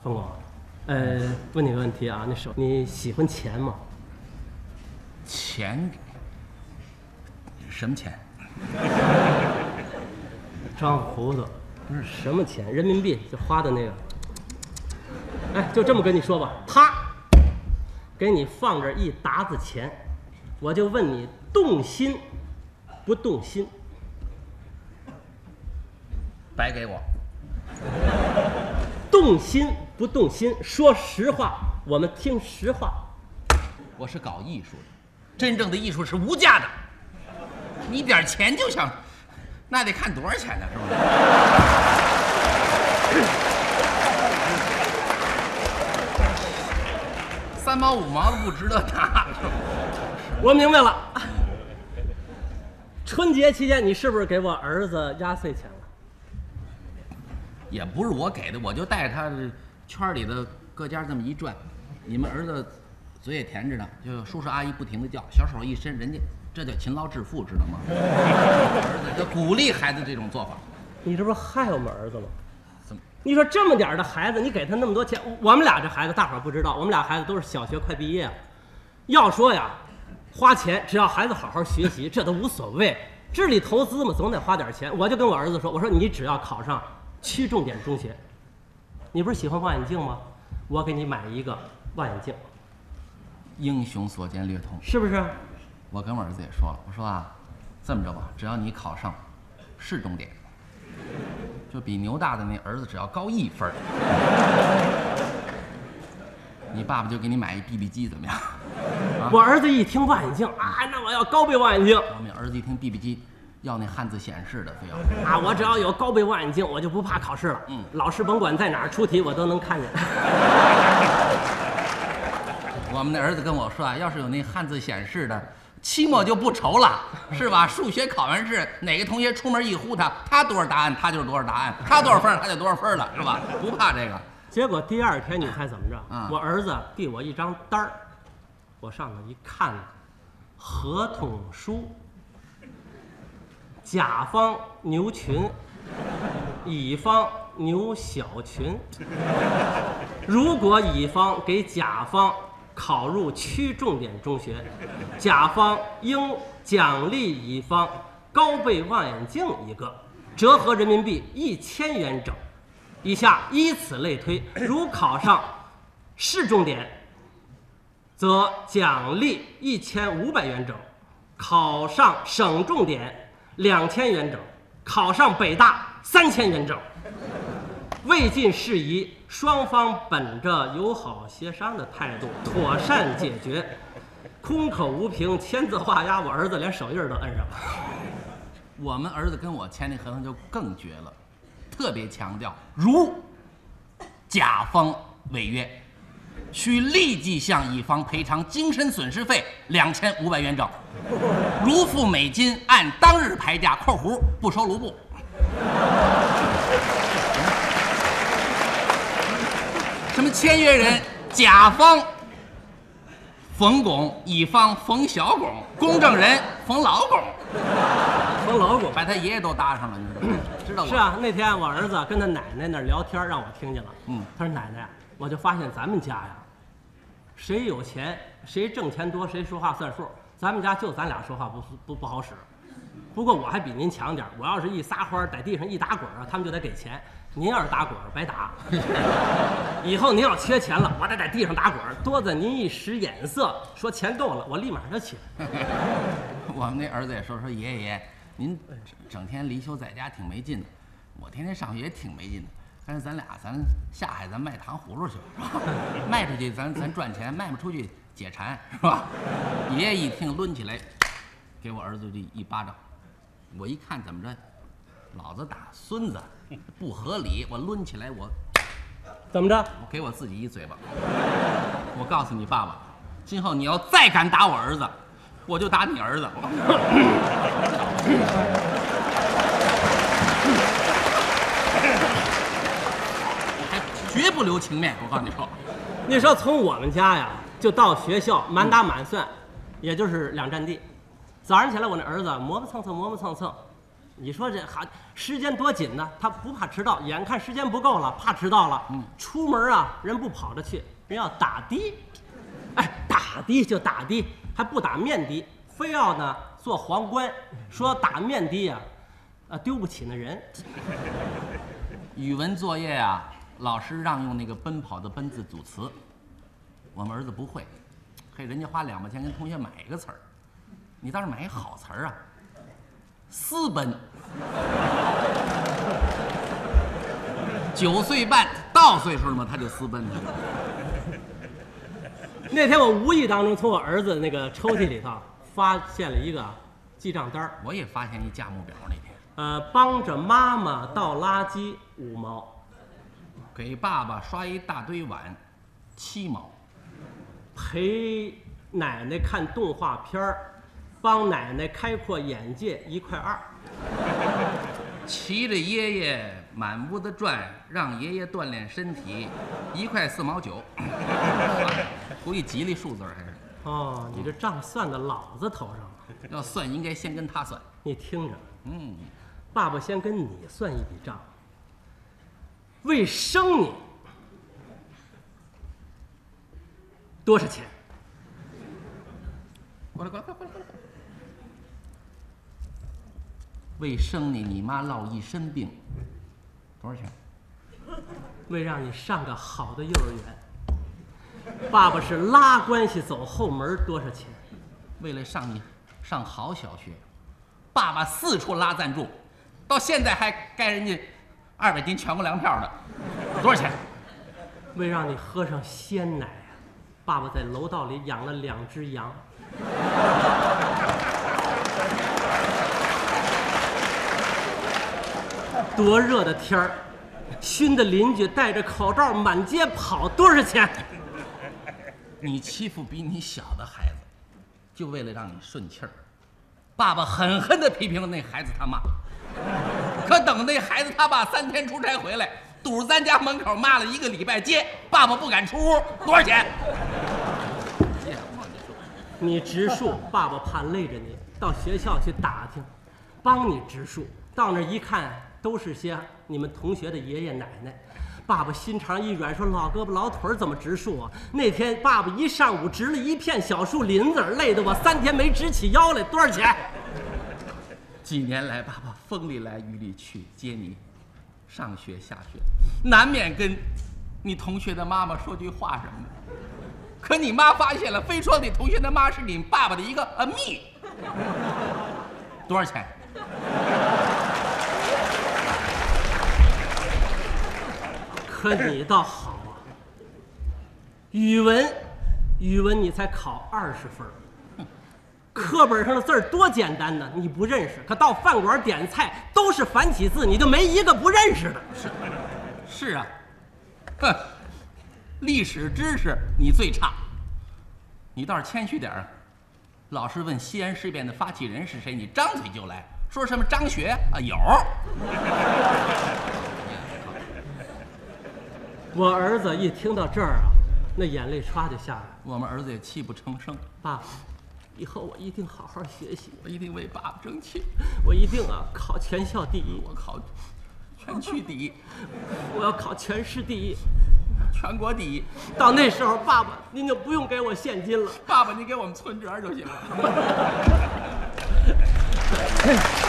冯巩，问你个问题啊，你喜欢钱吗？ 钱？什么钱？ 装糊涂，不是什么钱，人民币就花的那个。哎，就这么跟你说吧，啪，给你放这一沓子钱，我就问你，动心不动心？ 白给我。 动心不动心？说实话，我们听实话。 我是搞艺术的，真正的艺术是无价的。你点钱就想，那得看多少钱呢，是吧？3毛5毛的不值得拿。 我明白了。春节期间，你是不是给我儿子压岁钱了？ 也不是我给的，我就带着他圈里的各家这么一转，你们儿子嘴也甜着呢，就叔叔阿姨不停的叫，小手一伸，人家这叫勤劳致富，知道吗？儿子就鼓励孩子这种做法。 你这不是害我们儿子吗？ 怎么？ 你说这么点的孩子，你给他那么多钱，我们俩这孩子，大伙儿不知道，我们俩孩子都是小学快毕业了。要说呀，花钱只要孩子好好学习，这都无所谓。智力投资嘛，总得花点钱。我就跟我儿子说，我说你只要考上区重点中学，你不是喜欢望远镜吗？我给你买一个望远镜。 英雄所见略同， 是不是？ 我跟我儿子也说了，我说啊，这么着吧，只要你考上市重点，就比牛大的那儿子只要高1分，你爸爸就给你买一 BB 机，怎么样？啊、 我儿子一听望远镜啊，那我要高倍望远镜。 我们儿子一听 BB 机，要那汉字显示的，非要啊，我只要有高倍望远镜，我就不怕考试了。老师甭管在哪儿出题，我都能看见。 我们的儿子跟我说啊，要是有那汉字显示的，期末就不愁了，是吧？数学考完试，哪个同学出门一呼他多少答案，他就是多少答案，他多少分他就多少分了，是吧？不怕这个。 结果第二天你猜怎么着？我儿子递我一张单儿，我上头一看，合同书，甲方牛群，乙方牛小群。如果乙方给甲方考入区重点中学，甲方应奖励乙方高倍望远镜一个，折合人民币1000元整。以下依此类推，如考上市重点，则奖励1500元整；考上省重点2000元整；考上北大3000元整。未尽事宜，双方本着友好协商的态度妥善解决。空口无凭，签字画押，我儿子连手印都摁上了。 我们儿子跟我签那合同就更绝了，特别强调，如甲方违约，需立即向乙方赔偿精神损失费2500元整，如付美金按当日牌价（括弧不收卢布）。什么签约人甲方冯巩，乙方冯小巩，公证人冯老巩。 冯老巩把他爷爷都搭上了，你知道吗？ 是啊，那天我儿子跟他奶奶那儿聊天，让我听见了。他说奶奶，我就发现咱们家呀，谁有钱，谁挣钱多，谁说话算数。咱们家就咱俩说话不好使。不过我还比您强点，我要是一撒欢在地上一打滚啊，他们就得给钱。您要是打滚白打。以后您要缺钱了，我得在地上打滚，多子您一使眼色，说钱够了，我立马就起来。 我们那儿子也说爷爷，您整天离休在家挺没劲的，我天天上学也挺没劲的。但是咱下海咱卖糖葫芦去，是吧？卖出去咱赚钱，卖不出去解馋，是吧？爷爷一听抡起来，给我儿子这一巴掌。我一看怎么着，老子打孙子不合理，我抡起来我怎么着？ 我给我自己一嘴巴。我告诉你爸爸，今后你要再敢打我儿子，我就打你儿子。还绝不留情面，我告诉你说。 你说从我们家呀，就到学校满打满算，也就是2站地。早上起来，我那儿子磨磨蹭蹭， 你说这还时间多紧呢？他不怕迟到，眼看时间不够了，怕迟到了。出门啊，人不跑着去，人要打的。哎，打的就打的，还不打面的，非要呢做皇冠，说打面的呀，丢不起那人。 语文作业啊，老师让用那个奔跑的奔字组词，我们儿子不会，嘿，人家花2毛钱跟同学买一个词儿，你倒是买一好词儿啊，私奔。9岁半到岁数了嘛，他就私奔去了。 那天我无意当中从我儿子那个抽屉里头发现了一个记账单我也发现一价目表那天。 帮着妈妈倒垃圾5毛， 给爸爸刷一大堆碗7毛， 陪奶奶看动画片儿，帮奶奶开阔眼界1块2， 骑着爷爷满屋子转，让爷爷锻炼身体，1块4毛9，估计吉利数字还是。 哦，你这账算到老子头上了。 要算应该先跟他算。 你听着，爸爸先跟你算一笔账。为生你多少钱？ 过来！为生你妈落一身病，多少钱？ 为让你上个好的幼儿园，爸爸是拉关系走后门，多少钱？ 为了上你上好小学，爸爸4处拉赞助，到现在还该人家200斤全国粮票的，多少钱？ 为让你喝上鲜奶啊，爸爸在楼道里养了2只羊。多热的天儿，熏的邻居戴着口罩满街跑，多少钱？ 你欺负比你小的孩子，就为了让你顺气儿。爸爸狠狠地批评了那孩子他妈，可等那孩子他爸3天出差回来，堵着咱家门口骂了1个礼拜街，爸爸不敢出屋，多少钱？ 你植树，爸爸怕累着你，到学校去打听，帮你植树。到那儿一看，都是些你们同学的爷爷奶奶。爸爸心肠一软，说老胳膊老腿怎么植树啊？那天爸爸一上午植了一片小树林子，累得我3天没直起腰来，多少钱？ 几年来，爸爸风里来雨里去接你上学下学，难免跟你同学的妈妈说句话什么的。可你妈发现了，非说你同学的妈是你爸爸的一个蜜，多少钱？ 可你倒好啊，语文你才考20分，课本上的字儿多简单呢，你不认识。可到饭馆点菜都是繁体字，你就没一个不认识的。 是啊，哼，历史知识你最差，你倒是谦虚点儿。老师问西安事变的发起人是谁，你张嘴就来，说什么张学啊有。 我儿子一听到这儿啊，那眼泪唰就下来。 我们儿子也泣不成声。 爸爸，以后我一定好好学习， 我一定为爸爸争气， 我一定啊考全校第一， 我考全区第一， 我要考全市第一， 全国第一。 到那时候，爸爸您就不用给我现金了， 爸爸你给我们存折就行了。